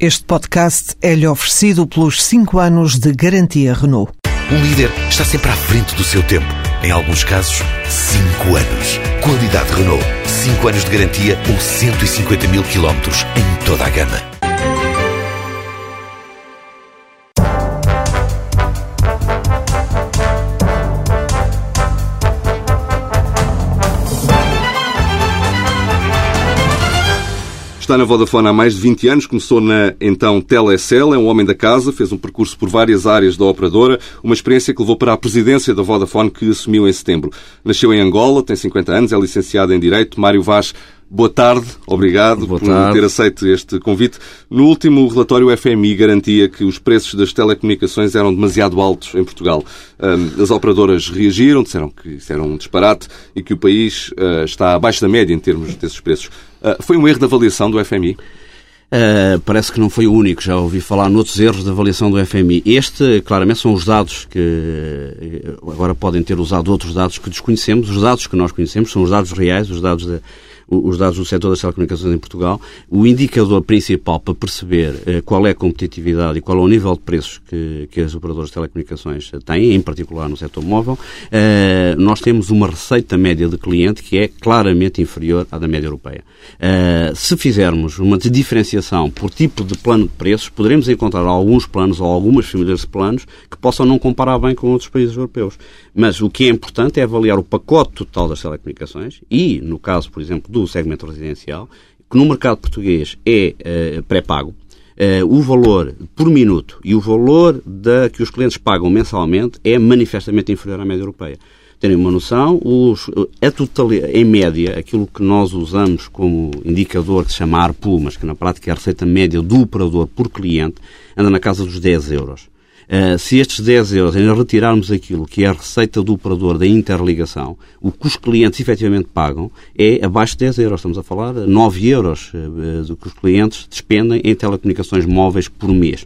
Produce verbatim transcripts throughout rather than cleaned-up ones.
Este podcast é-lhe oferecido pelos cinco anos de garantia Renault. Um líder está sempre à frente do seu tempo. Em alguns casos, cinco anos. Qualidade Renault. cinco anos de garantia ou cento e cinquenta mil quilómetros em toda a gama. Está na Vodafone há mais de vinte anos, começou na, então, Telecel, é um homem da casa, fez um percurso por várias áreas da operadora, uma experiência que levou para a presidência da Vodafone, que assumiu em setembro. Nasceu em Angola, tem cinquenta anos, é licenciado em Direito. Mário Vaz, boa tarde, obrigado boa por tarde. ter aceito este convite. No último relatório, o F M I garantia que os preços das telecomunicações eram demasiado altos em Portugal. As operadoras reagiram, disseram que isso era um disparate e que o país está abaixo da média em termos desses preços. Foi um erro de avaliação do F M I? Uh, parece que não foi o único, já ouvi falar noutros erros de avaliação do F M I. Este, claramente, são os dados que agora podem ter usado outros dados que desconhecemos. Os dados que nós conhecemos são os dados reais, os dados, de, os dados do setor das telecomunicações em Portugal. O indicador principal para perceber uh, qual é a competitividade e qual é o nível de preços que, que as operadoras de telecomunicações têm, em particular no setor móvel, uh, nós temos uma receita média de cliente que é claramente inferior à da média europeia. Uh, se fizermos uma diferenciação por tipo de plano de preços, poderemos encontrar alguns planos ou algumas famílias de planos que possam não comparar bem com outros países europeus. Mas o que é importante é avaliar o pacote total das telecomunicações e, no caso, por exemplo, do segmento residencial, que no mercado português é uh, pré-pago. Uh, o valor por minuto e o valor da, que os clientes pagam mensalmente é manifestamente inferior à média europeia. Terem uma noção, os, a totalidade, em média, aquilo que nós usamos como indicador que se chama A R P U, mas que na prática é a receita média do operador por cliente, anda na casa dos dez euros. Uh, se estes dez euros, ainda retirarmos aquilo que é a receita do operador da interligação, o que os clientes efetivamente pagam é abaixo de dez euros. Estamos a falar de nove euros uh, do que os clientes despendem em telecomunicações móveis por mês.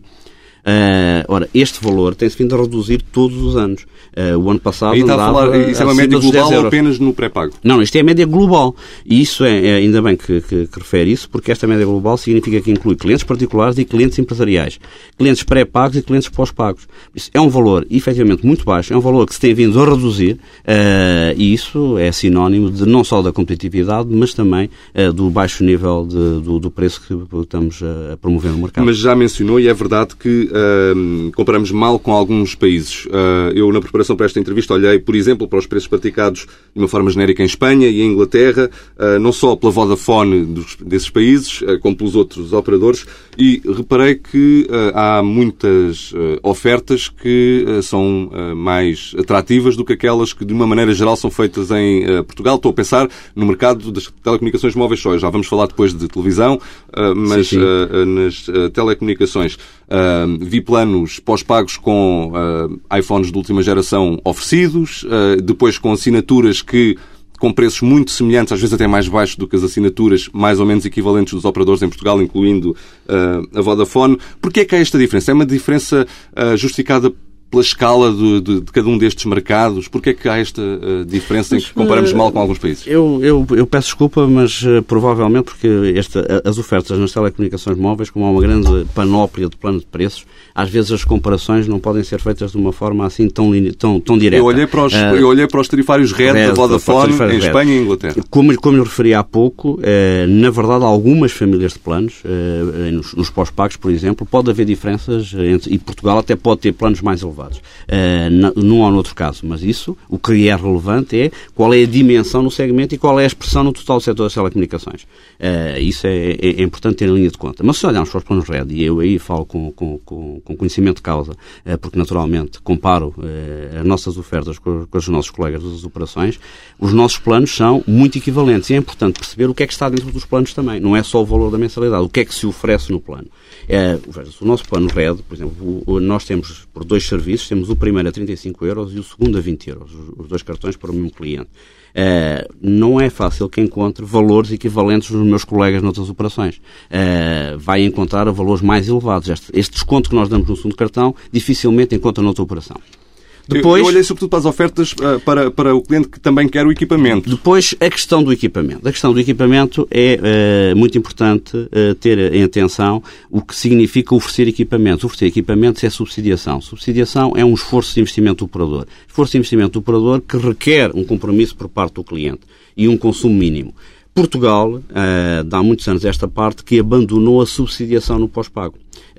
Uh, ora, este valor tem-se vindo a reduzir todos os anos. Uh, o ano passado está andava... A falar, isso é uma média global ou apenas no pré-pago? Não, isto é a média global. E isso é, é ainda bem que, que, que refere isso, porque esta média global significa que inclui clientes particulares e clientes empresariais. Clientes pré-pagos e clientes pós-pagos. Isso é um valor, efetivamente, muito baixo. É um valor que se tem vindo a reduzir uh, e isso é sinónimo de não só da competitividade, mas também uh, do baixo nível de, do, do preço que estamos a promover no mercado. Mas já mencionou, e é verdade que Uh, comparamos mal com alguns países. Uh, eu, na preparação para esta entrevista, olhei, por exemplo, para os preços praticados de uma forma genérica em Espanha e em Inglaterra, uh, não só pela Vodafone dos, desses países, uh, como pelos outros operadores, e reparei que uh, há muitas uh, ofertas que uh, são uh, mais atrativas do que aquelas que, de uma maneira geral, são feitas em uh, Portugal. Estou a pensar no mercado das telecomunicações móveis só. Já vamos falar depois de televisão, uh, mas sim, sim. Uh, nas uh, telecomunicações uh, vi planos pós-pagos com uh, iPhones de última geração oferecidos, uh, depois com assinaturas que com preços muito semelhantes, às vezes até mais baixos do que as assinaturas mais ou menos equivalentes dos operadores em Portugal, incluindo uh, a Vodafone. Porquê é que há esta diferença? É uma diferença uh, justificada pela escala de, de, de cada um destes mercados? Porquê é que há esta uh, diferença em que comparamos mal com alguns países? Eu, eu, eu peço desculpa, mas uh, provavelmente porque esta, as ofertas nas telecomunicações móveis, como há uma grande panóplia de plano de preços, às vezes as comparações não podem ser feitas de uma forma assim tão, tão, tão direta. Eu olhei para os, uh, eu olhei para os tarifários Red da Vodafone em Espanha e Inglaterra. Como, como eu referi há pouco, uh, na verdade, algumas famílias de planos, uh, nos, nos pós-pagos, por exemplo, pode haver diferenças entre, e Portugal até pode ter planos mais elevados. Uh, num ou noutro caso, mas isso, o que é relevante é qual é a dimensão no segmento e qual é a expressão no total do setor das telecomunicações. Uh, isso é, é, é importante ter em linha de conta. Mas se olharmos para os planos Red, e eu aí falo com, com, com, com conhecimento de causa, uh, porque naturalmente comparo uh, as nossas ofertas com, com os nossos colegas das operações, os nossos planos são muito equivalentes e é importante perceber o que é que está dentro dos planos também. Não é só o valor da mensalidade, o que é que se oferece no plano. Uh, o nosso plano Red, por exemplo, o, nós temos por dois serviços, temos o primeiro a trinta e cinco euros e o segundo a vinte euros, os dois cartões para o mesmo cliente. Uh, não é fácil que encontre valores equivalentes dos meus colegas noutras operações. Uh, vai encontrar valores mais elevados. Este, este desconto que nós damos no segundo cartão dificilmente encontra noutra operação. Depois, eu, eu olhei sobretudo para as ofertas uh, para, para o cliente que também quer o equipamento. Depois, a questão do equipamento. A questão do equipamento é uh, muito importante uh, ter em atenção o que significa oferecer equipamentos. Oferecer equipamentos é subsidiação. Subsidiação é um esforço de investimento do operador. Esforço de investimento do operador que requer um compromisso por parte do cliente e um consumo mínimo. Portugal, uh, há muitos anos esta parte, que abandonou a subsidiação no pós-pago.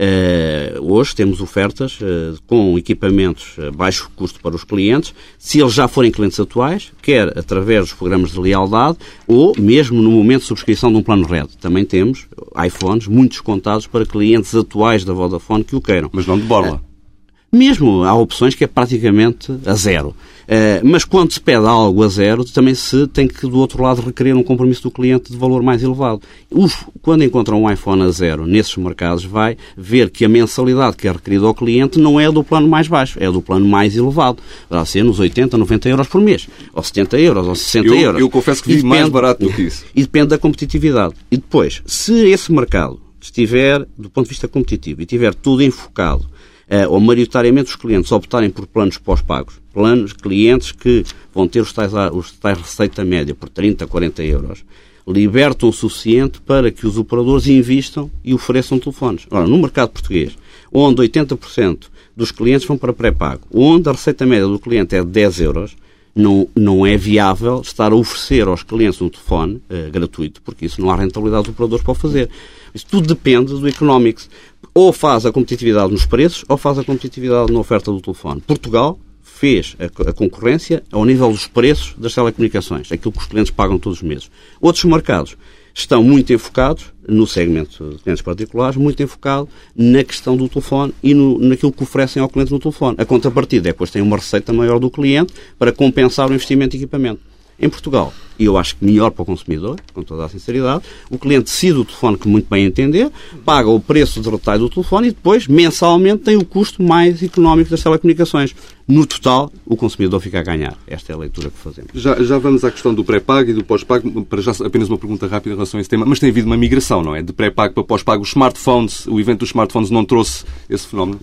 Uh, hoje temos ofertas uh, com equipamentos a baixo custo para os clientes, se eles já forem clientes atuais, quer através dos programas de lealdade ou mesmo no momento de subscrição de um plano Red. Também temos iPhones muito descontados para clientes atuais da Vodafone que o queiram. Mas não de borla. Uh, Mesmo há opções que é praticamente a zero. Uh, mas quando se pede algo a zero, também se tem que, do outro lado, requerer um compromisso do cliente de valor mais elevado. Os, quando encontra um iPhone a zero nesses mercados, vai ver que a mensalidade que é requerida ao cliente não é do plano mais baixo, é do plano mais elevado. Vai ser nos oitenta, noventa euros por mês, ou setenta euros, ou sessenta eu, euros. Eu confesso que vi depende, mais barato do que isso. E depende da competitividade. E depois, se esse mercado estiver, do ponto de vista competitivo, e estiver tudo enfocado, Uh, ou maioritariamente os clientes optarem por planos pós-pagos, planos, clientes que vão ter os tais, os tais receita média por trinta, quarenta euros, libertam o suficiente para que os operadores investam e ofereçam telefones. Ora, no mercado português, onde oitenta por cento dos clientes vão para pré-pago, onde a receita média do cliente é de dez euros, não, não é viável estar a oferecer aos clientes um telefone uh, gratuito, porque isso não há rentabilidade dos operadores para o fazer. Isso tudo depende do economics. Ou faz a competitividade nos preços, ou faz a competitividade na oferta do telefone. Portugal fez a, a concorrência ao nível dos preços das telecomunicações, aquilo que os clientes pagam todos os meses. Outros mercados estão muito enfocados, no segmento de clientes particulares, muito enfocado na questão do telefone e no, naquilo que oferecem ao cliente no telefone. A contrapartida é que depois tem uma receita maior do cliente para compensar o investimento em equipamento. Em Portugal, e eu acho que melhor para o consumidor, com toda a sinceridade, o cliente decide o telefone que muito bem entender, paga o preço de retalho do telefone e depois, mensalmente, tem o custo mais económico das telecomunicações. No total, o consumidor fica a ganhar. Esta é a leitura que fazemos. Já, já vamos à questão do pré-pago e do pós-pago. Para já, apenas uma pergunta rápida em relação a esse tema. Mas tem havido uma migração, não é? De pré-pago para pós-pago. Os smartphones, o evento dos smartphones não trouxe esse fenómeno?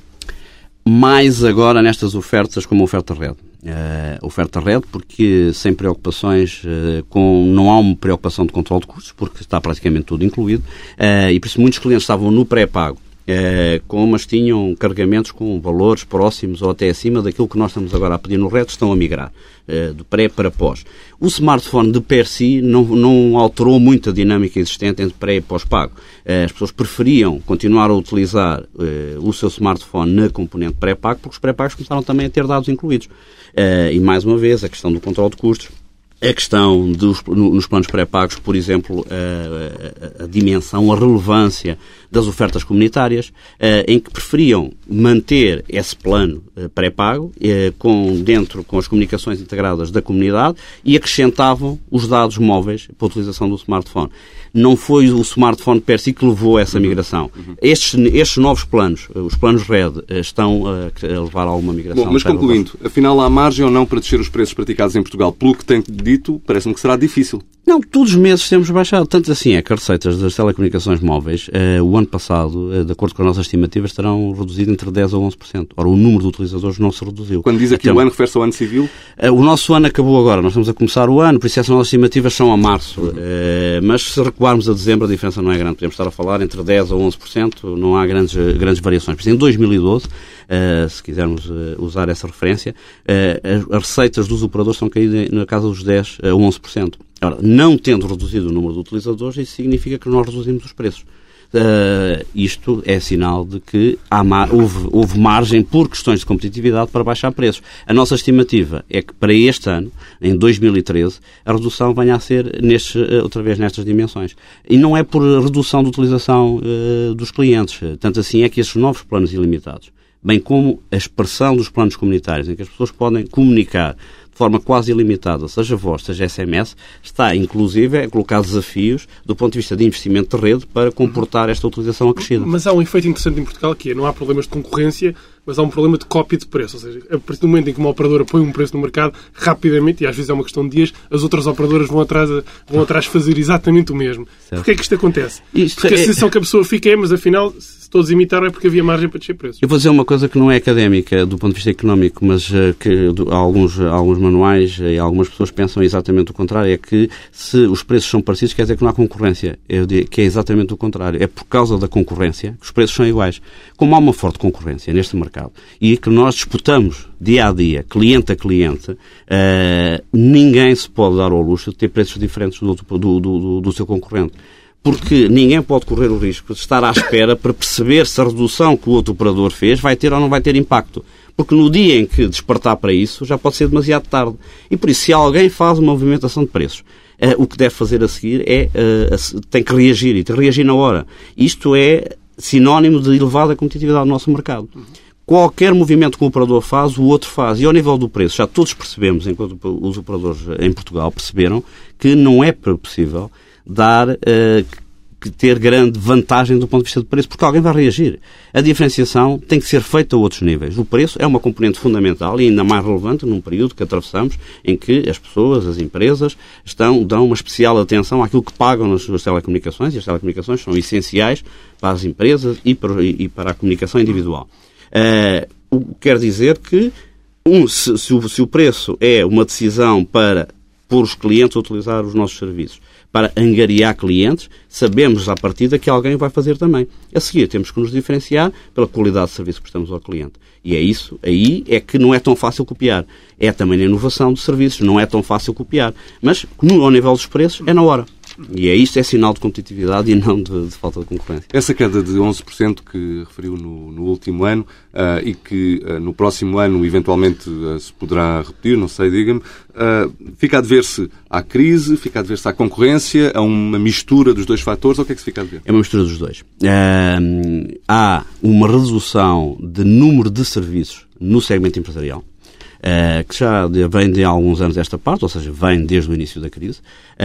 Mais agora nestas ofertas como a oferta Red. Uh, oferta Red porque sem preocupações, uh, com, não há uma preocupação de controle de custos, porque está praticamente tudo incluído, uh, e por isso muitos clientes estavam no pré-pago, uh, com, mas tinham carregamentos com valores próximos ou até acima daquilo que nós estamos agora a pedir no Red, estão a migrar, uh, do pré para pós. O smartphone de per si não, não alterou muito a dinâmica existente entre pré e pós-pago. Uh, as pessoas preferiam continuar a utilizar uh, o seu smartphone na componente pré-pago, porque os pré-pagos começaram também a ter dados incluídos. Uh, e, mais uma vez, a questão do controle de custos, a questão dos, nos planos pré-pagos, por exemplo, a, a, a dimensão, a relevância das ofertas comunitárias, uh, em que preferiam manter esse plano uh, pré-pago uh, com, dentro com as comunicações integradas da comunidade e acrescentavam os dados móveis para a utilização do smartphone. Não foi o smartphone per si que levou a essa migração. Uhum. Estes, estes novos planos, os planos Red, estão a levar a alguma migração. Bom, mas concluindo, afinal há margem ou não para descer os preços praticados em Portugal? Pelo que tem dito, parece-me que será difícil. Não, todos os meses temos baixado. Tanto assim é que as receitas das telecomunicações móveis, uh, o ano passado, uh, de acordo com as nossas estimativas, terão reduzido entre dez por cento a onze por cento. Ora, o número de utilizadores não se reduziu. Quando diz aqui Até o ano, refere-se ao ano civil? Uh, o nosso ano acabou agora. Nós estamos a começar o ano, por isso essas nossas estimativas são a março. Uh, mas se recuarmos a dezembro, a diferença não é grande. Podemos estar a falar entre dez por cento a onze por cento. Não há grandes, grandes variações. Por isso, em dois mil e doze, uh, se quisermos uh, usar essa referência, uh, as, as receitas dos operadores são caídas na casa dos dez por cento a onze por cento. Ora, não tendo reduzido o número de utilizadores, isso significa que nós reduzimos os preços. Uh, isto é sinal de que há ma- houve, houve margem por questões de competitividade para baixar preços. A nossa estimativa é que para este ano, em dois mil e treze, a redução venha a ser nestes, uh, outra vez nestas dimensões. E não é por redução de utilização uh, dos clientes. Tanto assim é que esses novos planos ilimitados, bem como a expressão dos planos comunitários, em que as pessoas podem comunicar de forma quase ilimitada, seja voz, seja S M S, está, inclusive, a colocar desafios do ponto de vista de investimento de rede para comportar esta utilização acrescida. Mas há um efeito interessante em Portugal, que é, não há problemas de concorrência, mas há um problema de cópia de preço. Ou seja, a partir do momento em que uma operadora põe um preço no mercado, rapidamente, e às vezes é uma questão de dias, as outras operadoras vão atrás, vão atrás fazer exatamente o mesmo. Porquê é que isto acontece? Isto Porque é... a sensação que a pessoa fica é, mas afinal, se todos imitaram é porque havia margem para descer preços. Eu vou dizer uma coisa que não é académica do ponto de vista económico, mas uh, que do, alguns, alguns manuais e algumas pessoas pensam exatamente o contrário, é que se os preços são parecidos quer dizer que não há concorrência. Eu digo que é exatamente o contrário. É por causa da concorrência que os preços são iguais. Como há uma forte concorrência neste mercado e que nós disputamos dia a dia, cliente a cliente, uh, ninguém se pode dar ao luxo de ter preços diferentes do, outro, do, do, do, do seu concorrente. Porque ninguém pode correr o risco de estar à espera para perceber se a redução que o outro operador fez vai ter ou não vai ter impacto. Porque no dia em que despertar para isso, já pode ser demasiado tarde. E por isso, se alguém faz uma movimentação de preços, uh, o que deve fazer a seguir é, uh, tem que reagir, e tem que reagir na hora. Isto é sinónimo de elevada competitividade do nosso mercado. Qualquer movimento que o operador faz, o outro faz. E ao nível do preço, já todos percebemos, enquanto os operadores em Portugal perceberam, que não é possível dar, uh, ter grande vantagem do ponto de vista de preço, porque alguém vai reagir. A diferenciação tem que ser feita a outros níveis. O preço é uma componente fundamental e ainda mais relevante num período que atravessamos em que as pessoas, as empresas, estão, dão uma especial atenção àquilo que pagam nas suas telecomunicações, e as telecomunicações são essenciais para as empresas e para, e para a comunicação individual. Uh, o que quer dizer que um, se, se, o, se o preço é uma decisão para pôr os clientes a utilizar os nossos serviços, para angariar clientes, sabemos à partida que alguém vai fazer também. A seguir, temos que nos diferenciar pela qualidade de serviço que prestamos ao cliente. E é isso, aí é que não é tão fácil copiar. É também na inovação de serviços, não é tão fácil copiar. Mas, no, ao nível dos preços, é na hora. E é isto, é sinal de competitividade e não de, de falta de concorrência. Essa queda de onze por cento que referiu no, no último ano uh, e que uh, no próximo ano eventualmente uh, se poderá repetir, não sei, diga-me, uh, fica a dever-se à crise, fica a dever-se à concorrência, a uma mistura dos dois fatores, ou o que é que se fica a dever? É uma mistura dos dois. Uh, há uma redução de número de serviços no segmento empresarial, Uh, que já vem de há alguns anos esta parte, ou seja, vem desde o início da crise.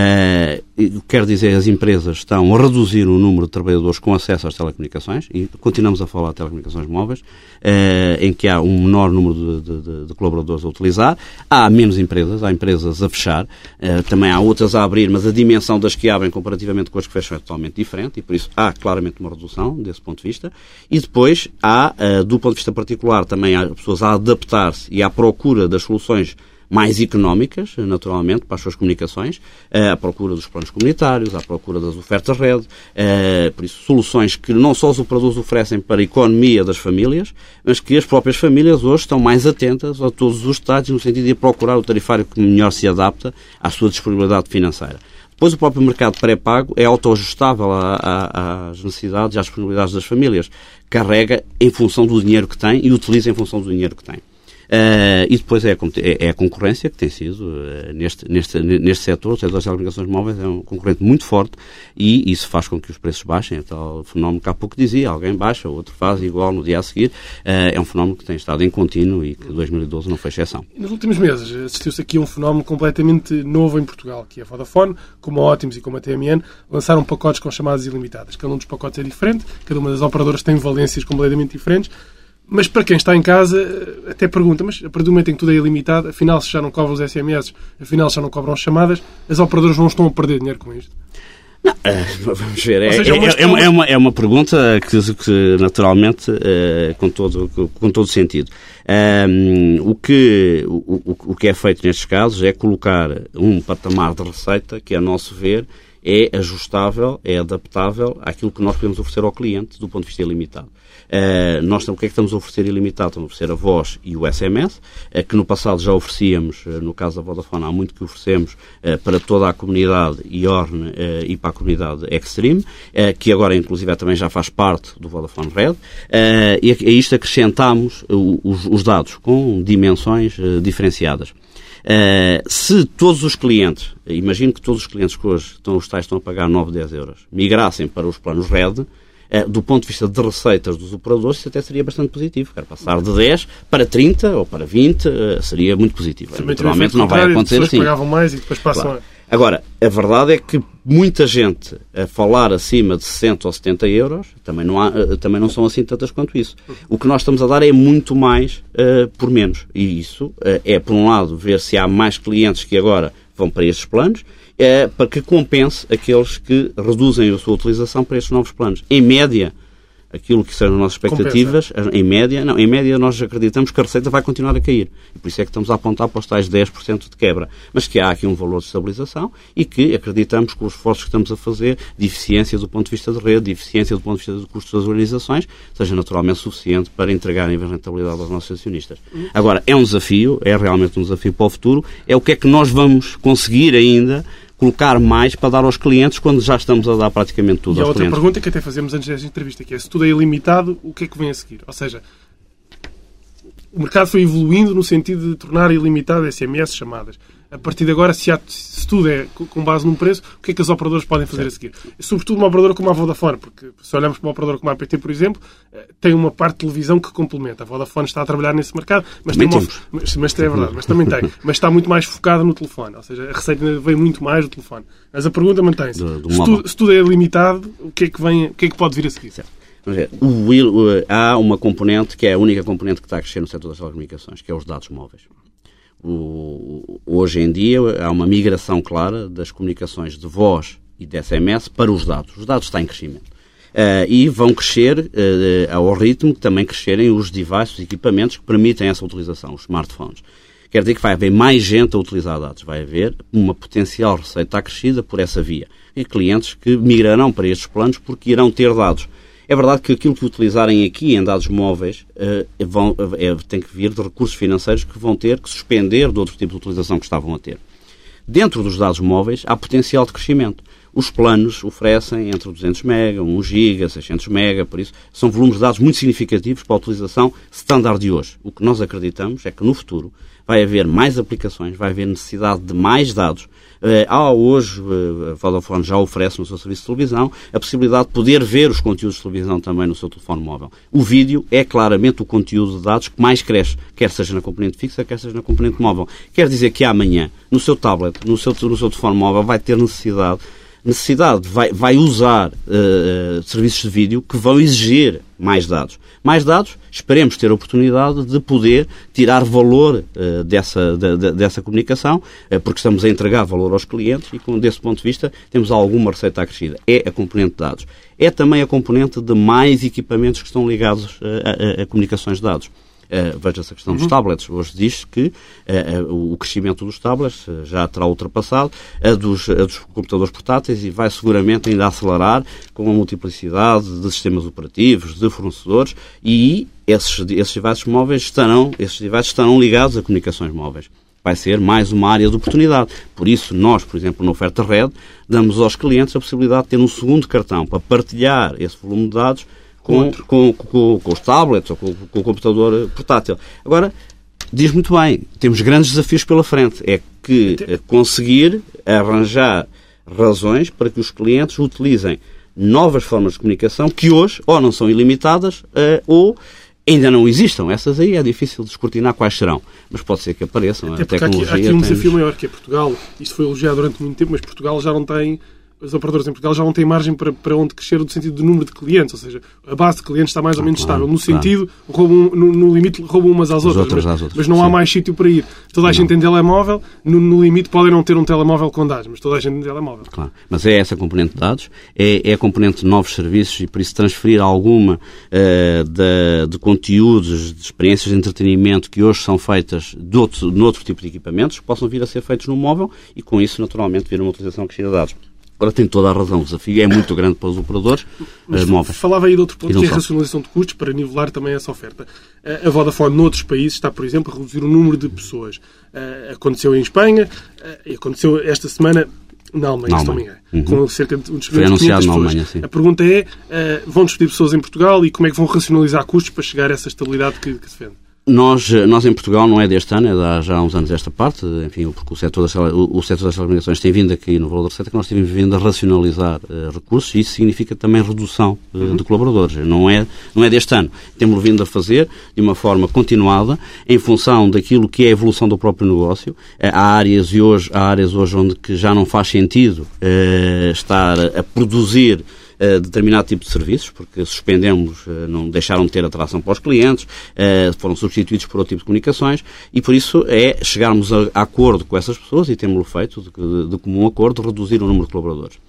Uh, quer dizer, as empresas estão a reduzir o número de trabalhadores com acesso às telecomunicações, e continuamos a falar de telecomunicações móveis, uh, em que há um menor número de, de, de colaboradores a utilizar. Há menos empresas, há empresas a fechar, uh, também há outras a abrir, mas a dimensão das que abrem comparativamente com as que fecham é totalmente diferente, e por isso há claramente uma redução desse ponto de vista. E depois há, uh, do ponto de vista particular, também há pessoas a adaptar-se e à procura das soluções mais económicas, naturalmente, para as suas comunicações, à procura dos planos comunitários, à procura das ofertas rede, por isso, soluções que não só os operadores oferecem para a economia das famílias, mas que as próprias famílias hoje estão mais atentas a todos os detalhes, no sentido de procurar o tarifário que melhor se adapta à sua disponibilidade financeira. Depois, o próprio mercado pré-pago é autoajustável às necessidades e às disponibilidades das famílias. Carrega em função do dinheiro que tem e utiliza em função do dinheiro que tem. Uh, e depois é a, é a concorrência que tem sido uh, neste, neste, neste setor, o setor das telecomunicações móveis é um concorrente muito forte e isso faz com que os preços baixem. É tal fenómeno que há pouco dizia, alguém baixa, o outro faz igual no dia a seguir. Uh, é um fenómeno que tem estado em contínuo e que dois mil e doze não foi exceção. Nos últimos meses assistiu-se aqui a um fenómeno completamente novo em Portugal, que é a Vodafone, como a Ótimos e como a T M N, lançaram pacotes com chamadas ilimitadas. Cada um dos pacotes é diferente, cada uma das operadoras tem valências completamente diferentes. Mas para quem está em casa, até pergunta, mas a partir do momento em que tudo é ilimitado, afinal se já não cobram os S M S, afinal já não cobram as chamadas, as operadoras não estão a perder dinheiro com isto? Não, uh, vamos ver. É, seja, é, é, é, uma, é, uma, é uma pergunta que, que naturalmente, uh, com, todo, com todo sentido. Um, o, que, o, o que é feito nestes casos é colocar um patamar de receita que, a nosso ver, é ajustável, é adaptável àquilo que nós podemos oferecer ao cliente do ponto de vista ilimitado. Uh, nós o que é que estamos a oferecer ilimitado? Estamos a oferecer a voz e o S M S, uh, que no passado já oferecíamos, uh, no caso da Vodafone, há muito que oferecemos uh, para toda a comunidade I O R N uh, e para a comunidade Extreme, uh, que agora inclusive também já faz parte do Vodafone Red, uh, e a isto acrescentamos uh, os, os dados com dimensões uh, diferenciadas. Uh, se todos os clientes, imagino que todos os clientes que hoje estão, os tais estão a pagar nove, dez euros, migrassem para os planos Red, Uh, do ponto de vista de receitas dos operadores, isso até seria bastante positivo. Quero passar de dez para trinta ou para vinte, uh, seria muito positivo. Também naturalmente não vai acontecer assim. Pagavam mais e depois passam claro. a... Agora, a verdade é que muita gente a falar acima de sessenta ou setenta euros também não, há, uh, também não são assim tantas quanto isso. O que nós estamos a dar é muito mais uh, por menos. E isso uh, é, por um lado, ver se há mais clientes que agora vão para estes planos, é para que compense aqueles que reduzem a sua utilização para estes novos planos. Em média, aquilo que são as nossas expectativas, compensa. Em média, não, em média nós acreditamos que a receita vai continuar a cair. E por isso é que estamos a apontar para os tais dez por cento de quebra. Mas que há aqui um valor de estabilização e que acreditamos que os esforços que estamos a fazer de eficiência do ponto de vista de rede, de eficiência do ponto de vista do custo das organizações, seja naturalmente suficiente para entregarem a rentabilidade aos nossos acionistas. Agora, é um desafio, é realmente um desafio para o futuro, é o que é que nós vamos conseguir ainda colocar mais para dar aos clientes quando já estamos a dar praticamente tudo e aos clientes. E a outra pergunta que até fazemos antes desta entrevista, que é, se tudo é ilimitado, o que é que vem a seguir? Ou seja, o mercado foi evoluindo no sentido de tornar ilimitado S M S chamadas. A partir de agora, se, há, se tudo é com base num preço, o que é que as operadoras podem fazer a seguir? Sobretudo uma operadora como a Vodafone, porque se olharmos para uma operadora como a A P T, por exemplo, tem uma parte de televisão que complementa. A Vodafone está a trabalhar nesse mercado, mas também tem uma, mas, mas é verdade, mas também tem. Mas está muito mais focada no telefone, ou seja, a receita vem muito mais do telefone. Mas a pergunta mantém-se. Do, do se, tudo, se tudo é limitado, o que é que, vem, o que, é que pode vir a seguir? Certo. O, o, há uma componente que é a única componente que está a crescer no setor das telecomunicações, que é os dados móveis. O, hoje em dia há uma migração clara das comunicações de voz e de S M S para os dados. Os dados estão em crescimento. Uh, e vão crescer uh, ao ritmo que também crescerem os devices, os equipamentos que permitem essa utilização, os smartphones. Quer dizer que vai haver mais gente a utilizar dados. Vai haver uma potencial receita acrescida por essa via. E clientes que migrarão para estes planos porque irão ter dados. É verdade que aquilo que utilizarem aqui em dados móveis uh, vão, é, tem que vir de recursos financeiros que vão ter que suspender de outro tipo de utilização que estavam a ter. Dentro dos dados móveis há potencial de crescimento. Os planos oferecem entre duzentos mega, um giga, seiscentos mega, por isso são volumes de dados muito significativos para a utilização standard de hoje. O que nós acreditamos é que no futuro vai haver mais aplicações, vai haver necessidade de mais dados. Uh, há hoje, uh, a Vodafone já oferece no seu serviço de televisão a possibilidade de poder ver os conteúdos de televisão também no seu telefone móvel. O vídeo é claramente o conteúdo de dados que mais cresce, quer seja na componente fixa, quer seja na componente móvel. Quer dizer que amanhã, no seu tablet, no seu, no seu telefone móvel, vai ter necessidade necessidade, vai, vai usar uh, serviços de vídeo que vão exigir mais dados. Mais dados, esperemos ter a oportunidade de poder tirar valor uh, dessa, de, de, dessa comunicação, uh, porque estamos a entregar valor aos clientes e, com, desse ponto de vista, temos alguma receita acrescida. É a componente de dados. É também a componente de mais equipamentos que estão ligados uh, a, a, a comunicações de dados. Uh, veja-se a questão uhum. dos tablets. Hoje diz que uh, uh, o crescimento dos tablets uh, já terá ultrapassado a dos, a dos computadores portáteis e vai seguramente ainda acelerar com a multiplicidade de sistemas operativos, de fornecedores, e esses, esses devices móveis estarão, esses devices estarão ligados a comunicações móveis. Vai ser mais uma área de oportunidade. Por isso, nós, por exemplo, na oferta Red, damos aos clientes a possibilidade de ter um segundo cartão para partilhar esse volume de dados Com, com, com, com os tablets ou com, com o computador portátil. Agora, diz muito bem, temos grandes desafios pela frente. É que é conseguir arranjar razões para que os clientes utilizem novas formas de comunicação que hoje ou não são ilimitadas uh, ou ainda não existam. Essas aí é difícil de descortinar quais serão, mas pode ser que apareçam. Até a tecnologia há aqui, há aqui um desafio temos... maior, que é Portugal. Isto foi elogiado durante muito tempo, mas Portugal já não tem... As operadoras em Portugal já não têm margem para, para onde crescer no sentido do número de clientes, ou seja, a base de clientes está mais ou menos claro, estável. No claro. sentido, roubam, no, no limite, roubam umas às outras, outras, mas, às outras. mas não Sim. há mais sítio para ir. Toda a não. gente tem telemóvel, no, no limite podem não ter um telemóvel com dados, mas toda a gente tem telemóvel. Claro, mas é essa componente de dados, é, é a componente de novos serviços e por isso transferir alguma uh, de, de conteúdos, de experiências de entretenimento que hoje são feitas de outro, de outro tipo de equipamentos, que possam vir a ser feitos no móvel e com isso, naturalmente, vir uma utilização crescida de dados. Agora tem toda a razão, o desafio é muito grande para os operadores Mas móveis. Falava aí de outro ponto, que é a só. racionalização de custos para nivelar também essa oferta. A Vodafone, noutros países, está, por exemplo, a reduzir o número de pessoas. Uh, aconteceu em Espanha, uh, aconteceu esta semana na Alemanha, na se não me engano, uhum. com cerca de um Foi anunciado na Alemanha, sim. A pergunta é, uh, vão despedir pessoas em Portugal e como é que vão racionalizar custos para chegar a essa estabilidade que, que se vende? Nós, nós em Portugal, não é deste ano, é de há já há uns anos esta parte, enfim, porque o setor das, o, o setor das telecomunicações tem vindo aqui no valor da receita, que nós temos vindo a racionalizar uh, recursos e isso significa também redução uh, uhum. de colaboradores. Não é, não é deste ano. Temos vindo a fazer de uma forma continuada, em função daquilo que é a evolução do próprio negócio. Uh, há áreas e hoje, há áreas hoje onde que já não faz sentido uh, estar a produzir Uh, determinado tipo de serviços, porque suspendemos, uh, não deixaram de ter atração para os clientes, uh, foram substituídos por outro tipo de comunicações e por isso é chegarmos a, a acordo com essas pessoas e temos-lo feito de, de, de comum acordo reduzir o número de colaboradores.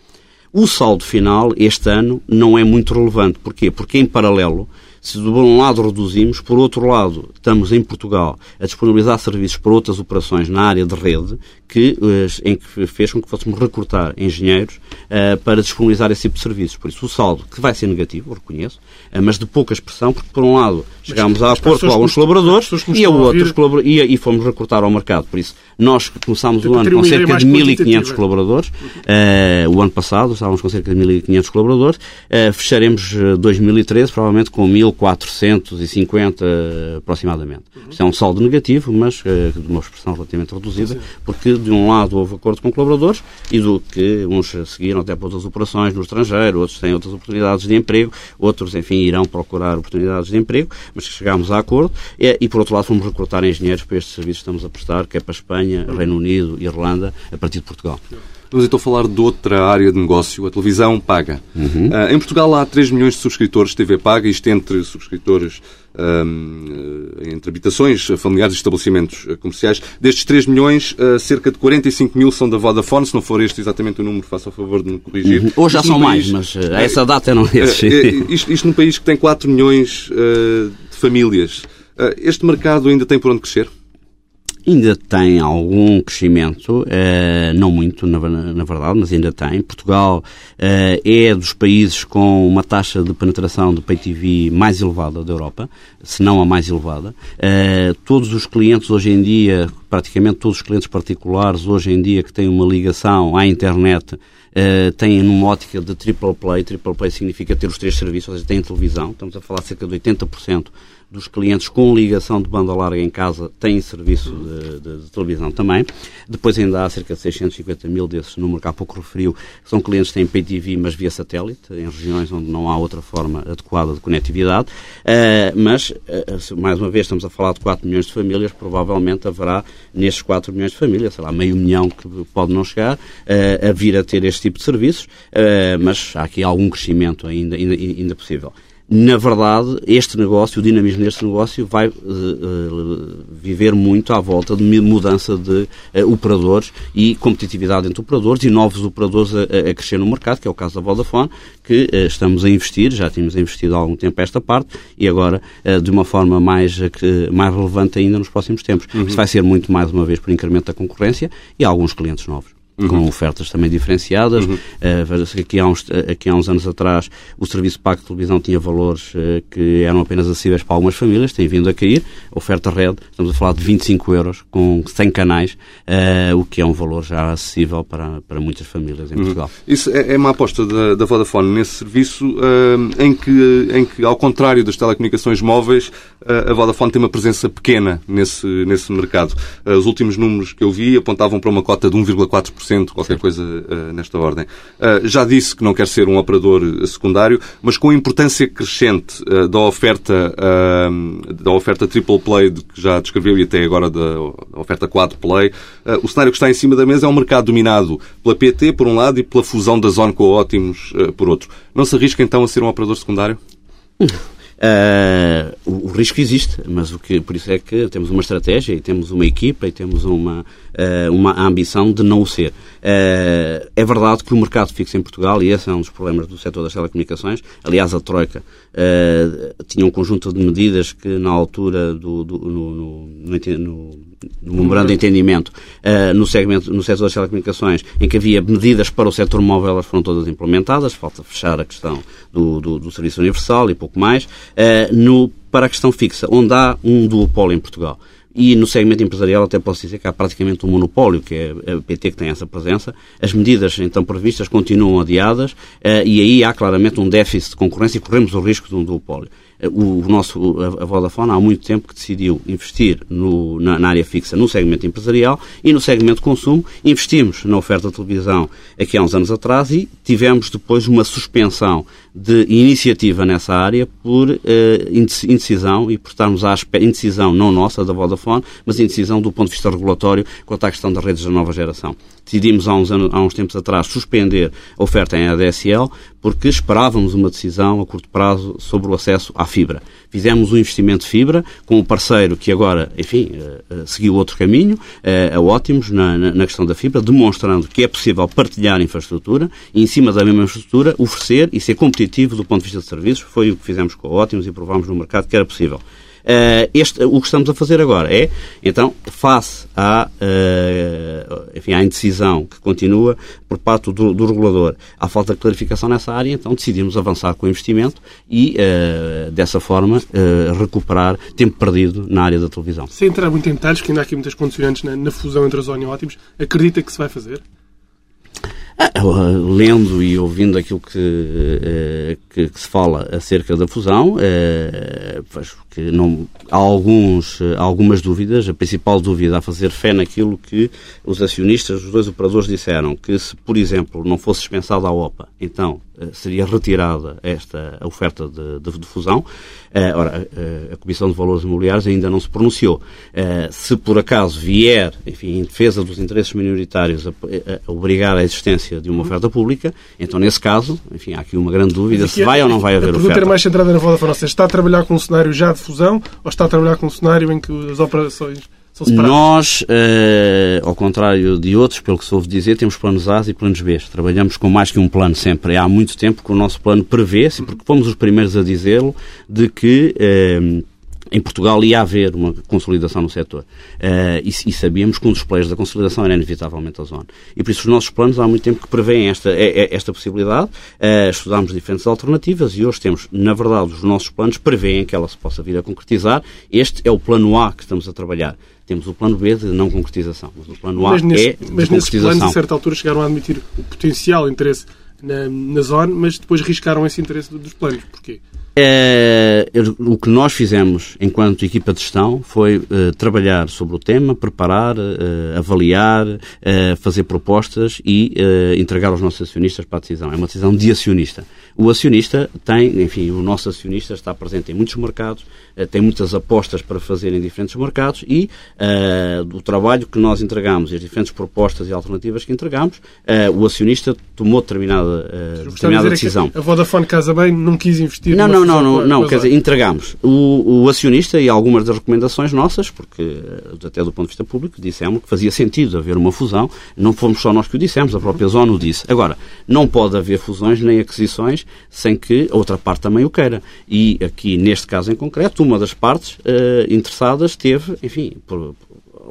O saldo final, este ano, não é muito relevante. Porquê? Porque, em paralelo, se de um lado reduzimos, por outro lado, estamos em Portugal a disponibilizar serviços para outras operações na área de rede, que, em que fez com que fôssemos recrutar engenheiros uh, para disponibilizar esse tipo de serviços. Por isso, o saldo, que vai ser negativo, eu reconheço, uh, mas de pouca expressão, porque, por um lado, chegámos a acordo com alguns colaboradores e, a outros colabor- e, e fomos recrutar ao mercado. Por isso, nós começámos o ano com cerca de mil e quinhentos colaboradores. Uh, o ano passado estávamos com cerca de mil e quinhentos colaboradores. Uh, fecharemos dois mil e treze, provavelmente, com mil quatrocentos e cinquenta aproximadamente. Isto é um saldo negativo, mas uh, de uma expressão relativamente reduzida, porque de um lado houve acordo com colaboradores e do que uns seguiram até para outras operações no estrangeiro, outros têm outras oportunidades de emprego, outros, enfim, irão procurar oportunidades de emprego, mas que chegámos a acordo e, e, por outro lado, fomos recrutar engenheiros para estes serviços que estamos a prestar, que é para a Espanha, Reino Unido, Irlanda, a partir de Portugal. Vamos então falar de outra área de negócio, a televisão paga. Uhum. Uh, em Portugal há três milhões de subscritores de T V paga, isto entre subscritores, um, entre habitações, familiares e estabelecimentos comerciais. Destes três milhões, uh, cerca de quarenta e cinco mil são da Vodafone, se não for este exatamente o número, faça o favor de me corrigir. Uhum. Hoje já são mais, país, mas a essa data não é esse. Uh, isto, isto num país que tem quatro milhões uh, de famílias. Uh, este mercado ainda tem por onde crescer? Ainda tem algum crescimento, eh, não muito, na, na verdade, mas ainda tem. Portugal eh, é dos países com uma taxa de penetração de Pay T V mais elevada da Europa, se não a mais elevada. Eh, todos os clientes hoje em dia, praticamente todos os clientes particulares hoje em dia que têm uma ligação à internet, Uh, têm numa ótica de triple play. Triple play significa ter os três serviços, ou seja, têm televisão. Estamos a falar de cerca de oitenta por cento dos clientes com ligação de banda larga em casa têm serviço de, de, de televisão também. Depois ainda há cerca de seiscentos e cinquenta mil desses número que há pouco referiu, que são clientes que têm Pay T V, mas via satélite, em regiões onde não há outra forma adequada de conectividade. Uh, mas, uh, mais uma vez, estamos a falar de quatro milhões de famílias, provavelmente haverá nestes quatro milhões de famílias, sei lá, meio milhão que pode não chegar, uh, a vir a ter este tipo de serviços, uh, mas há aqui algum crescimento ainda, ainda, ainda possível. Na verdade, este negócio, o dinamismo deste negócio vai uh, uh, viver muito à volta de mudança de uh, operadores e competitividade entre operadores e novos operadores a, a crescer no mercado, que é o caso da Vodafone, que uh, estamos a investir, já tínhamos investido há algum tempo esta parte e agora uh, de uma forma mais, uh, mais relevante ainda nos próximos tempos. Uhum. Isso vai ser muito, mais uma vez, por incremento da concorrência e alguns clientes novos. Uhum. Com ofertas também diferenciadas. Uhum. Uh, aqui, há uns, aqui há uns anos atrás o serviço pago de televisão tinha valores uh, que eram apenas acessíveis para algumas famílias, tem vindo a cair. A oferta Red, estamos a falar de vinte e cinco euros com cem canais, uh, o que é um valor já acessível para, para muitas famílias em uhum. Portugal. Isso é, é uma aposta da, da Vodafone nesse serviço uh, em, que, em que, ao contrário das telecomunicações móveis, uh, a Vodafone tem uma presença pequena nesse, nesse mercado. Uh, os últimos números que eu vi apontavam para uma cota de um vírgula quatro por cento, qualquer coisa uh, nesta ordem. Uh, já disse que não quer ser um operador secundário, mas com a importância crescente uh, da oferta uh, da oferta triple play de que já descreveu e até agora da, da oferta quad play, uh, o cenário que está em cima da mesa é um mercado dominado pela P T, por um lado, e pela fusão da Zone com a Ótimos, uh, por outro. Não se arrisca então a ser um operador secundário? Uh, o, o risco existe, mas o que, por isso é que temos uma estratégia e temos uma equipa e temos uma, uh, uma ambição de não o ser. Uh, é verdade que o mercado fixo em Portugal, e esse é um dos problemas do setor das telecomunicações, aliás a Troika uh, tinha um conjunto de medidas que na altura do, do, no, no, no, no, no memorando de entendimento uh, no, segmento, no setor das telecomunicações, em que havia medidas para o setor móvel, elas foram todas implementadas, falta fechar a questão do, do, do serviço universal e pouco mais. Uh, no, para a questão fixa, onde há um duopólio em Portugal. E no segmento empresarial até posso dizer que há praticamente um monopólio, que é a P T que tem essa presença. As medidas então previstas continuam adiadas uh, e aí há claramente um déficit de concorrência e corremos o risco de um duopólio. O, o nosso, a Vodafone há muito tempo que decidiu investir no, na, na área fixa no segmento empresarial e no segmento de consumo. Investimos na oferta de televisão aqui há uns anos atrás e tivemos depois uma suspensão de iniciativa nessa área por uh, indecisão e por estarmos à espera, indecisão não nossa, da Vodafone, mas indecisão do ponto de vista regulatório quanto à questão das redes da nova geração. Decidimos há uns, anos, há uns tempos atrás suspender a oferta em A D S L porque esperávamos uma decisão a curto prazo sobre o acesso à fibra. Fizemos um investimento de fibra com um parceiro que agora, enfim, seguiu outro caminho, a Ótimos, na, na questão da fibra, demonstrando que é possível partilhar infraestrutura e, em cima da mesma infraestrutura, oferecer e ser competitivo do ponto de vista de serviços. Foi o que fizemos com a Ótimos e provámos no mercado que era possível. Uh, este, o que estamos a fazer agora é, então, face à, uh, enfim, à indecisão que continua por parte do, do regulador, à falta de clarificação nessa área, então decidimos avançar com o investimento e, uh, dessa forma, uh, recuperar tempo perdido na área da televisão. Sem entrar muito em detalhes, que ainda há aqui muitas condicionantes na, na fusão entre a Zona e a Ótimos, acredita que se vai fazer? Lendo e ouvindo aquilo que, que, que se fala acerca da fusão, vejo que não, há, alguns, há algumas dúvidas. A principal dúvida a fazer fé naquilo que os acionistas, os dois operadores, disseram, que se, por exemplo, não fosse dispensada a OPA, então seria retirada esta oferta de, de, de fusão. Ora, a Comissão de Valores Imobiliários ainda não se pronunciou. Se por acaso vier, enfim, em defesa dos interesses minoritários, a, a obrigar a existência de uma oferta pública, então nesse caso, enfim, há aqui uma grande dúvida se vai ou não vai haver oferta. A pergunta era mais centrada na Vodafone. Você está a trabalhar com um cenário já de fusão ou está a trabalhar com um cenário em que as operações são separadas? Nós, uh, ao contrário de outros, pelo que se ouve dizer, temos planos A e planos B. Trabalhamos com mais que um plano sempre. Há muito tempo que o nosso plano prevê-se, porque fomos os primeiros a dizê-lo, de que uh, em Portugal ia haver uma consolidação no setor. Uh, e, e sabíamos que um dos players da consolidação era inevitavelmente a Zona. E por isso os nossos planos há muito tempo que prevêem esta, esta possibilidade. Uh, estudámos diferentes alternativas e hoje temos, na verdade, os nossos planos prevêem que ela se possa vir a concretizar. Este é o plano A que estamos a trabalhar. Temos o plano B de não concretização. Mas o plano A mas nesse, é de mas nesses planos, a certa altura, chegaram a admitir o potencial interesse na, na Zona, mas depois riscaram esse interesse dos planos. Porquê? É, o que nós fizemos enquanto equipa de gestão foi uh, trabalhar sobre o tema, preparar, uh, avaliar, uh, fazer propostas e uh, entregar aos nossos acionistas para a decisão. É uma decisão de acionista. O acionista tem, enfim, o nosso acionista está presente em muitos mercados, uh, tem muitas apostas para fazer em diferentes mercados e uh, do trabalho que nós entregamos e as diferentes propostas e alternativas que entregamos, uh, o acionista tomou determinada, uh, determinada decisão. A Vodafone Casa Bem não quis investir não, não, Não, não, não, quer dizer, entregamos. O, o acionista e algumas das recomendações nossas, porque até do ponto de vista público, dissemos que fazia sentido haver uma fusão, não fomos só nós que o dissemos, a própria Zona o disse. Agora, não pode haver fusões nem aquisições sem que a outra parte também o queira. E aqui, neste caso em concreto, uma das partes uh, interessadas teve, enfim, por, por,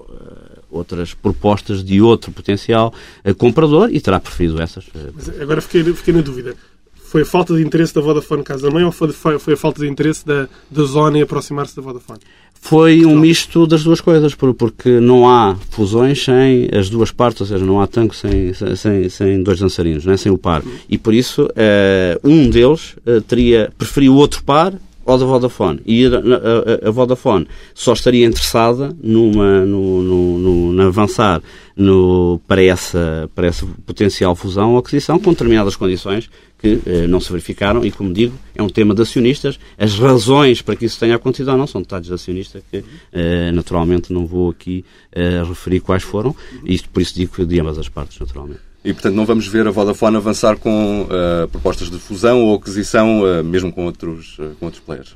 uh, outras propostas de outro potencial uh, comprador e terá preferido essas. Uh, Mas agora fiquei, fiquei na dúvida. Foi a falta de interesse da Vodafone Casa Mãe ou foi, foi a falta de interesse da, da Zona em aproximar-se da Vodafone? Foi um misto das duas coisas, porque não há fusões sem as duas partes, ou seja, não há tango sem, sem, sem dois dançarinos, não é? Sem o par. E por isso, uh, um deles uh, teria preferido o outro par ou da Vodafone. E a, a, a Vodafone só estaria interessada numa, no, no, no, no avançar no, para, essa, para essa potencial fusão ou aquisição com determinadas condições que eh, não se verificaram e, como digo, é um tema de acionistas. As razões para que isso tenha acontecido ou não são detalhes de acionista que, eh, naturalmente, não vou aqui eh, referir quais foram. E isto, por isso digo de ambas as partes, naturalmente. E, portanto, não vamos ver a Vodafone avançar com uh, propostas de fusão ou aquisição, uh, mesmo com outros, uh, com outros players?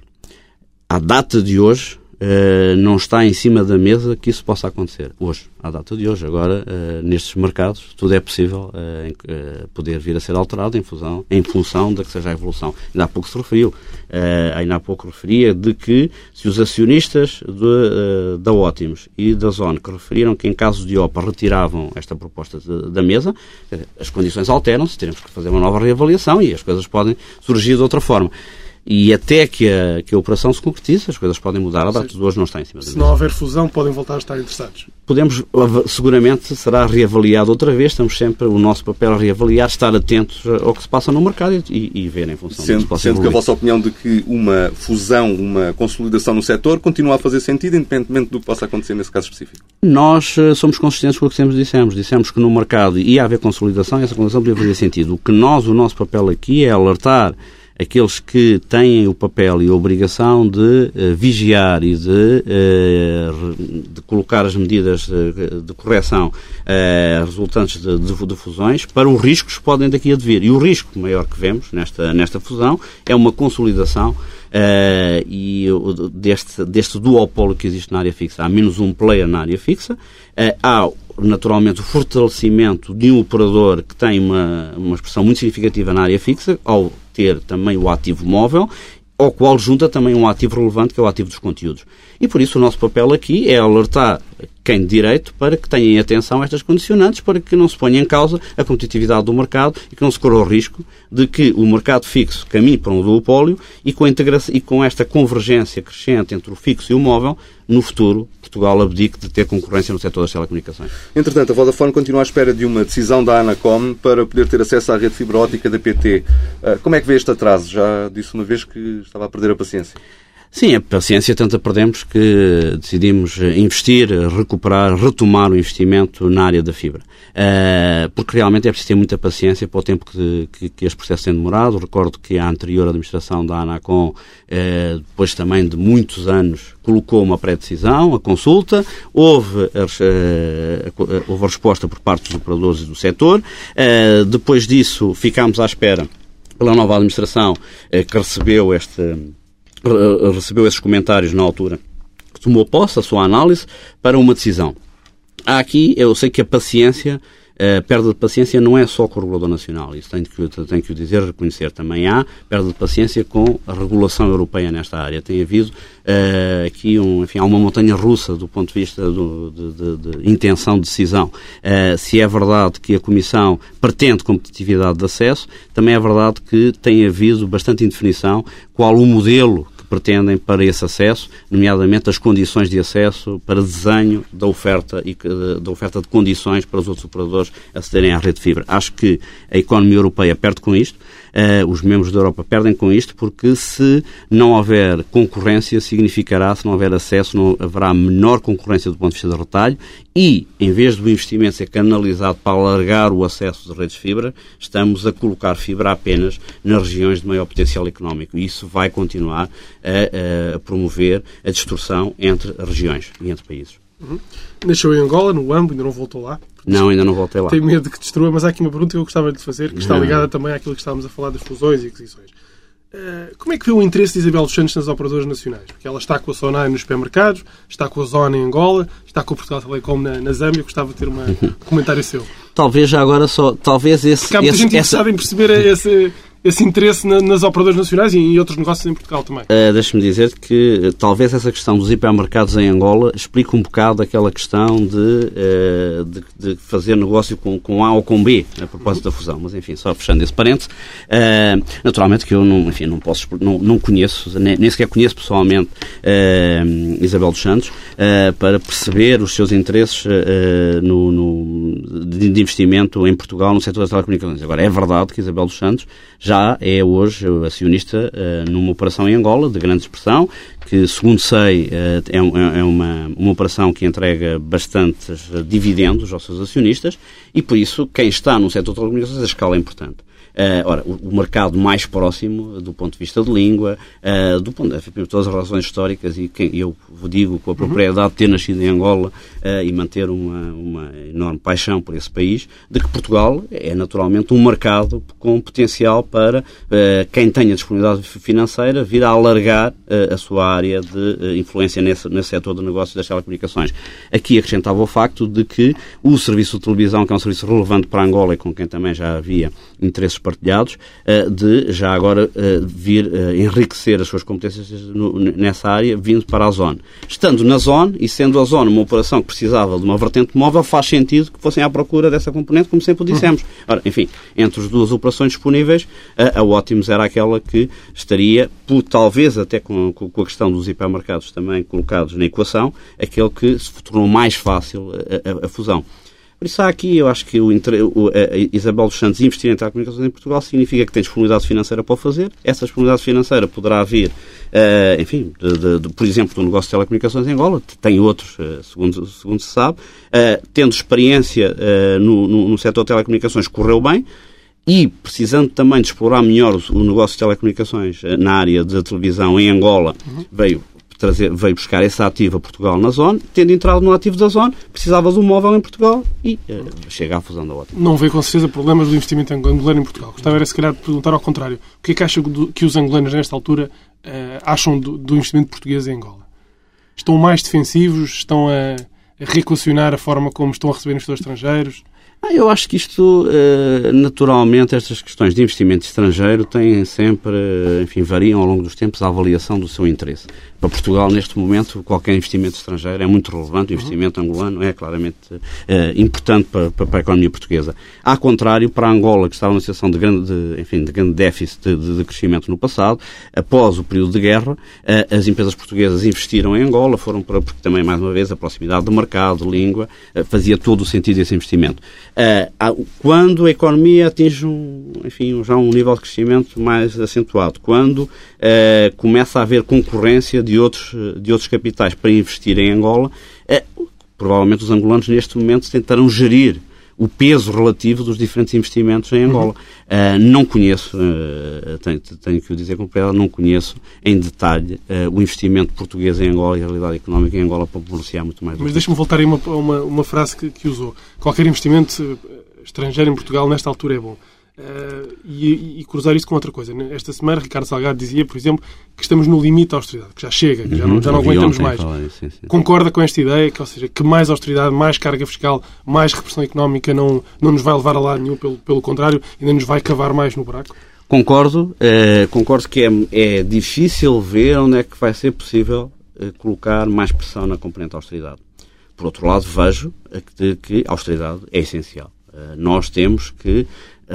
À data de hoje, uh, não está em cima da mesa que isso possa acontecer. Hoje, à data de hoje. Agora, uh, nestes mercados, tudo é possível uh, em, uh, poder vir a ser alterado em, fusão, em função da que seja a evolução. Ainda há pouco se referiu, uh, ainda há pouco referia de que se os acionistas de, uh, da Ótimos e da Zona que referiram que em caso de OPA retiravam esta proposta de, da mesa, as condições alteram-se, teremos que fazer uma nova reavaliação e as coisas podem surgir de outra forma. E até que a, que a operação se concretize, as coisas podem mudar. A data de hoje não está em cima da mesa. Se não houver fusão, podem voltar a estar interessados? Podemos, seguramente, será reavaliado outra vez. Estamos sempre, o nosso papel a reavaliar, estar atentos ao que se passa no mercado e, e ver em função sendo, disso. Sendo que a vossa opinião de que uma fusão, uma consolidação no setor, continua a fazer sentido, independentemente do que possa acontecer nesse caso específico? Nós uh, somos consistentes com o que sempre dissemos. Dissemos que no mercado ia haver consolidação e essa consolidação podia fazer sentido. O que nós, o nosso papel aqui é alertar aqueles que têm o papel e a obrigação de uh, vigiar e de, uh, de colocar as medidas de, de correção uh, resultantes de, de, de fusões para os riscos que podem daqui a vir. E o risco maior que vemos nesta, nesta fusão é uma consolidação uh, e, deste, deste duopólio que existe na área fixa. Há menos um player na área fixa, uh, há naturalmente o fortalecimento de um operador que tem uma, uma expressão muito significativa na área fixa, ao ter também o ativo móvel, ao qual junta também um ativo relevante, que é o ativo dos conteúdos. E por isso o nosso papel aqui é alertar quem de direito para que tenham atenção a estas condicionantes, para que não se ponha em causa a competitividade do mercado e que não se corra o risco de que o mercado fixo caminhe para um duopólio e com, a integração, e com esta convergência crescente entre o fixo e o móvel, no futuro, Portugal abdique de ter concorrência no setor das telecomunicações. Entretanto, a Vodafone continua à espera de uma decisão da Anacom para poder ter acesso à rede fibra óptica da P T. Como é que vê este atraso? Já disse uma vez que estava a perder a paciência. Sim, a paciência tanta perdemos que decidimos investir, recuperar, retomar o investimento na área da fibra. Uh, porque realmente é preciso ter muita paciência para o tempo que, que, que este processo tem demorado. Recordo que a anterior administração da Anacom, uh, depois também de muitos anos, colocou uma pré-decisão, a consulta, houve a, uh, houve a resposta por parte dos operadores e do setor. Uh, depois disso, ficámos à espera pela nova administração uh, que recebeu este... recebeu esses comentários na altura, tomou posse, a sua análise, para uma decisão. Há aqui, eu sei que a paciência, a perda de paciência não é só com o regulador nacional, isso tenho que, tenho que o dizer, reconhecer. Também há perda de paciência com a regulação europeia nesta área. Tem havido uh, aqui um, enfim, há uma montanha russa do ponto de vista do, de, de, de intenção de decisão. Uh, se é verdade que a Comissão pretende competitividade de acesso, também é verdade que tem havido bastante indefinição qual o modelo pretendem para esse acesso, nomeadamente as condições de acesso para desenho da oferta e da oferta de condições para os outros operadores acederem à rede de fibra. Acho que a economia europeia perde com isto, uh, os membros da Europa perdem com isto, porque se não houver concorrência, significará, se não houver acesso, não haverá menor concorrência do ponto de vista do retalho e, em vez do investimento ser canalizado para alargar o acesso de redes de fibra, estamos a colocar fibra apenas nas regiões de maior potencial económico e isso vai continuar A, a promover a distorção entre regiões e entre países. Uhum. Nasceu em Angola, no Uambo, ainda não voltou lá? Não, ainda não voltei lá. Tenho medo de que destrua, mas há aqui uma pergunta que eu gostava de lhe fazer, que está ligada também àquilo que estávamos a falar das fusões e aquisições. Uh, como é que vê o interesse de Isabel dos Santos nas operadoras nacionais? Porque ela está com a Sonai nos supermercados, está com a Zona em Angola, está com o Portugal Telecom na, na Zâmbia. Eu gostava de ter uma, um comentário seu. Talvez já agora só... Talvez esse... Porque há muita esse, gente interessada essa... em perceber esse... esse interesse na, nas operadoras nacionais e em outros negócios em Portugal também. Uh, Deixe-me dizer que uh, talvez essa questão dos hipermercados em Angola explique um bocado aquela questão de, uh, de, de fazer negócio com, com A ou com B, a propósito da fusão. Mas, enfim, só fechando esse parênteses, uh, naturalmente que eu não, enfim, não posso, não, não conheço, nem, nem sequer conheço pessoalmente uh, Isabel dos Santos, uh, para perceber os seus interesses uh, no, no, de, de investimento em Portugal no setor das telecomunicações. Agora, é verdade que Isabel dos Santos já já é hoje acionista uh, numa operação em Angola, de grande expressão, que, segundo sei, uh, é, é uma, uma operação que entrega bastantes dividendos aos seus acionistas e, por isso, quem está no setor de telecomunicações, a escala é importante. Uh, ora, o, o mercado mais próximo, do ponto de vista de língua, uh, do ponto de vista de todas as relações históricas, e quem, eu digo com a propriedade de ter nascido em Angola uh, e manter uma, uma enorme paixão por esse país, de que Portugal é naturalmente um mercado com potencial para uh, quem tenha disponibilidade financeira vir a alargar uh, a sua área de uh, influência nesse, nesse setor de negócios das telecomunicações. Aqui acrescentava o facto de que o serviço de televisão, que é um serviço relevante para Angola e com quem também já havia interesses partilhados, de já agora vir enriquecer as suas competências nessa área, vindo para a Zona. Estando na Zona, e sendo a Zona uma operação que precisava de uma vertente móvel, faz sentido que fossem à procura dessa componente, como sempre o dissemos. Ora, enfim, entre as duas operações disponíveis, a, a Ótimos era aquela que estaria, por, talvez até com, com a questão dos hipermercados também colocados na equação, aquele que se tornou mais fácil a, a, a fusão. Por isso há aqui, eu acho que o, o, a Isabel dos Santos investir em telecomunicações em Portugal significa que tem disponibilidade financeira para o fazer. Essa disponibilidade financeira poderá vir, uh, enfim, de, de, de, por exemplo, do negócio de telecomunicações em Angola, tem outros, uh, segundo, segundo se sabe, uh, tendo experiência uh, no, no, no setor de telecomunicações, correu bem. e precisando também de explorar melhor o, o negócio de telecomunicações uh, na área da televisão em Angola, uhum. veio, trazer, veio buscar esse ativo a Portugal na zona, tendo entrado no ativo da zona, precisava de um móvel em Portugal e uh, chega à fusão da ótica. Não vê com certeza problemas do investimento angolano em Portugal. Gostava era, se calhar, de perguntar ao contrário. O que é que acha que os angolanos, nesta altura, uh, acham do, do investimento português em Angola? Estão mais defensivos? Estão a, a reequacionar a forma como estão a receber investidores estrangeiros? Ah, eu acho que isto, naturalmente, estas questões de investimento estrangeiro têm sempre, enfim, variam ao longo dos tempos a avaliação do seu interesse. Para Portugal, neste momento, qualquer investimento estrangeiro é muito relevante. O investimento angolano é claramente é, importante para, para a economia portuguesa. Ao contrário, para Angola, que estava numa situação de grande, de, enfim, de grande déficit de, de crescimento no passado, após o período de guerra, as empresas portuguesas investiram em Angola, foram para, porque também, mais uma vez, a proximidade do mercado, língua, fazia todo o sentido desse investimento. Uh, quando a economia atinge um, enfim, já um nível de crescimento mais acentuado, quando uh, começa a haver concorrência de outros, de outros capitais para investir em Angola, uh, provavelmente os angolanos neste momento tentarão gerir o peso relativo dos diferentes investimentos em Angola. Uhum. Uh, não conheço, uh, tenho, tenho que o dizer com propriedade, não conheço em detalhe uh, o investimento português em Angola e a realidade económica em Angola para pronunciar muito mais. Mas deixe-me voltar aí a uma, uma, uma frase que, que usou. Qualquer investimento estrangeiro em Portugal nesta altura é bom. Uh, e, e cruzar isso com outra coisa. Esta semana, Ricardo Salgado dizia, por exemplo, que estamos no limite da austeridade, que já chega, que já não, já não aguentamos mais. Sim, sim. Concorda com esta ideia, que, ou seja, que mais austeridade, mais carga fiscal, mais repressão económica não, não nos vai levar a lado nenhum, pelo, pelo contrário, ainda nos vai cavar mais no buraco? Concordo. Uh, concordo que é, é difícil ver onde é que vai ser possível uh, colocar mais pressão na componente da austeridade. Por outro lado, vejo que, que a austeridade é essencial. Uh, nós temos que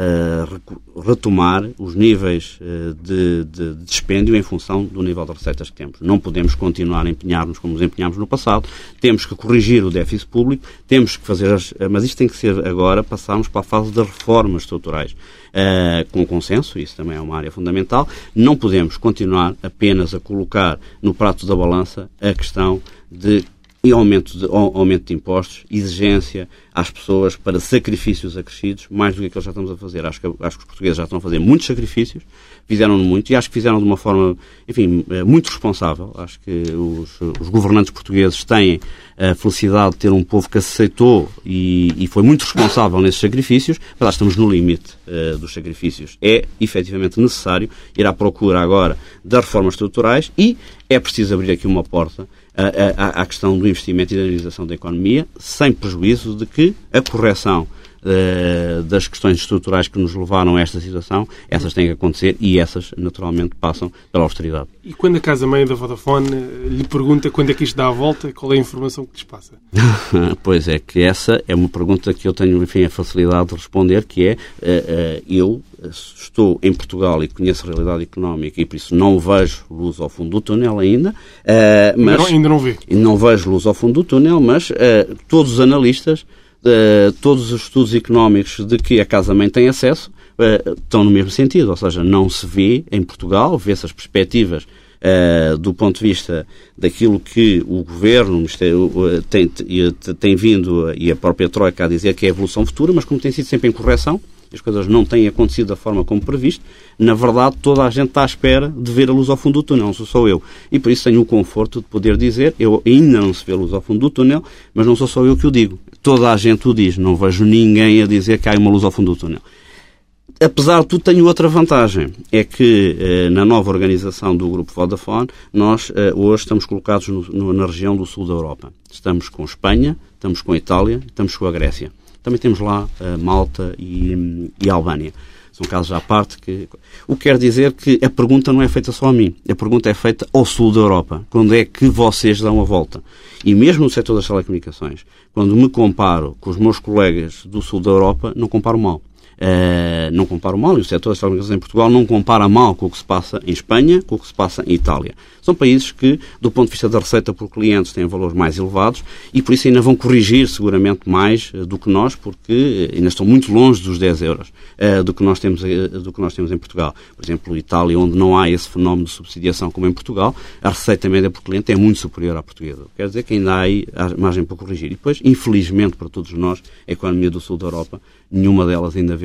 Uh, retomar os níveis uh, de, de, de dispêndio em função do nível de receitas que temos. Não podemos continuar a empenhar-nos como nos empenhámos no passado, temos que corrigir o déficit público, temos que fazer, as, mas isto tem que ser agora, passarmos para a fase das reformas estruturais. Uh, com consenso, isso também é uma área fundamental, não podemos continuar apenas a colocar no prato da balança a questão de e aumento de, aumento de impostos, exigência às pessoas para sacrifícios acrescidos, mais do que aquilo que já estamos a fazer. Acho que, acho que os portugueses já estão a fazer muitos sacrifícios, fizeram muito, e acho que fizeram de uma forma, enfim, muito responsável. Acho que os, os governantes portugueses têm a felicidade de ter um povo que aceitou e, e foi muito responsável nesses sacrifícios, mas lá estamos no limite uh, dos sacrifícios. É, efetivamente, necessário ir à procura agora das reformas estruturais e é preciso abrir aqui uma porta à questão do investimento e da dinamização da economia, sem prejuízo de que a correção uh, das questões estruturais que nos levaram a esta situação, essas têm que acontecer e essas, naturalmente, passam pela austeridade. E quando a casa-mãe da Vodafone lhe pergunta quando é que isto dá a volta, qual é a informação que lhes passa? Pois é, que essa é uma pergunta que eu tenho, enfim, a facilidade de responder, que é, uh, uh, eu estou em Portugal e conheço a realidade económica e por isso não vejo luz ao fundo do túnel ainda. Uh, mas, não, ainda não vê. Não vejo luz ao fundo do túnel, mas uh, todos os analistas, uh, todos os estudos económicos de que a casa-mãe tem acesso uh, estão no mesmo sentido, ou seja, não se vê em Portugal, vê-se as perspectivas Uh, do ponto de vista daquilo que o Governo uh, tem, tem vindo, uh, e a própria Troika a dizer que é a evolução futura, mas como tem sido sempre em correção, as coisas não têm acontecido da forma como previsto, na verdade toda a gente está à espera de ver a luz ao fundo do túnel, não sou só eu. E por isso tenho o conforto de poder dizer, eu ainda não se vê a luz ao fundo do túnel, mas não sou só eu que o digo. Toda a gente o diz, não vejo ninguém a dizer que há uma luz ao fundo do túnel. Apesar de tudo, tenho outra vantagem. É que, eh, na nova organização do Grupo Vodafone, nós eh, hoje estamos colocados no, no, na região do sul da Europa. Estamos com Espanha, estamos com a Itália, estamos com a Grécia. Também temos lá eh, Malta e, e a Albânia. São casos à parte que... O que quer dizer que a pergunta não é feita só a mim. A pergunta é feita ao sul da Europa. Quando é que vocês dão a volta? E mesmo no setor das telecomunicações, quando me comparo com os meus colegas do sul da Europa, não comparo mal. Uh, não comparo mal, e o setor das telecomunicações em Portugal não compara mal com o que se passa em Espanha, com o que se passa em Itália. São países que, do ponto de vista da receita por clientes, têm valores mais elevados e por isso ainda vão corrigir seguramente mais uh, do que nós, porque ainda estão muito longe dos dez euros uh, do, que nós temos, uh, do que nós temos em Portugal. Por exemplo, Itália, onde não há esse fenómeno de subsidiação como em Portugal, a receita média por cliente é muito superior à portuguesa. Quer dizer que ainda há aí margem para corrigir. E depois, infelizmente para todos nós, a economia do sul da Europa, nenhuma delas ainda vê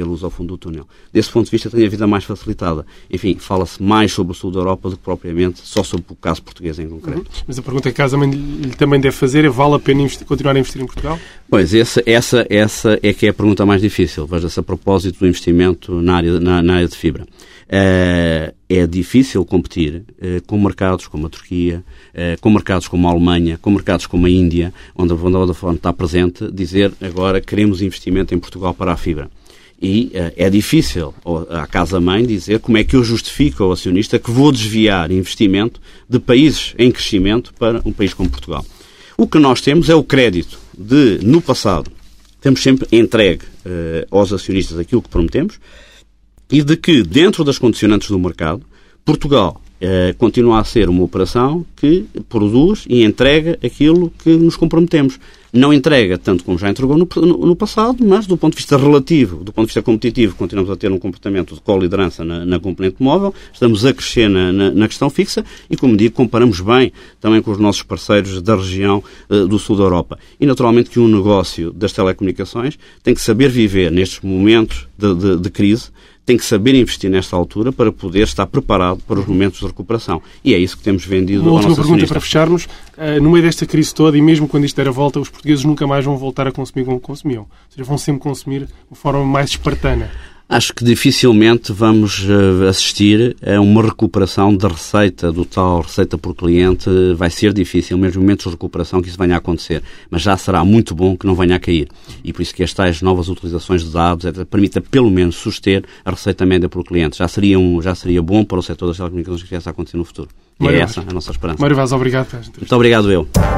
haver luz ao fundo do túnel. Desse ponto de vista, tem a vida mais facilitada. Enfim, fala-se mais sobre o sul da Europa do que propriamente só sobre o caso português em concreto. Uhum. Mas a pergunta que a Casa lhe também deve fazer é: vale a pena investir, continuar a investir em Portugal? Pois, essa, essa, essa é que é a pergunta mais difícil. Veja-se a propósito do investimento na área, na, na área de fibra. Uh, é difícil competir uh, com mercados como a Turquia, uh, com mercados como a Alemanha, com mercados como a Índia, onde a Vodafone está presente, dizer agora queremos investimento em Portugal para a fibra. E uh, é difícil à casa-mãe dizer como é que eu justifico ao acionista que vou desviar investimento de países em crescimento para um país como Portugal. O que nós temos é o crédito de, no passado, temos sempre entregue uh, aos acionistas aquilo que prometemos, e de que, dentro das condicionantes do mercado, Portugal eh, continua a ser uma operação que produz e entrega aquilo que nos comprometemos. Não entrega tanto como já entregou no, no, no passado, mas do ponto de vista relativo, do ponto de vista competitivo, continuamos a ter um comportamento de co-liderança na, na componente móvel, estamos a crescer na, na, na questão fixa e, como digo, comparamos bem também com os nossos parceiros da região eh, do sul da Europa. E, naturalmente, que um negócio das telecomunicações tem que saber viver nestes momentos de, de, de crise, tem que saber investir nesta altura para poder estar preparado para os momentos de recuperação. E é isso que temos vendido ao nosso acionista. Uma última pergunta para fecharmos. Uh, no meio desta crise toda, e mesmo quando isto der a volta, os portugueses nunca mais vão voltar a consumir como consumiam. Ou seja, vão sempre consumir de forma mais espartana. Acho que dificilmente vamos uh, assistir a uma recuperação da receita, do tal receita por cliente. Vai ser difícil, mesmo em momentos de recuperação, que isso venha a acontecer. Mas já será muito bom que não venha a cair. E por isso que estas novas utilizações de dados etcétera, permita pelo menos suster a receita média por cliente. Já seria, um, já seria bom para o setor das telecomunicações que viesse a acontecer no futuro. E Mário é essa a nossa esperança. Mário Vaz, obrigado. Muito obrigado eu.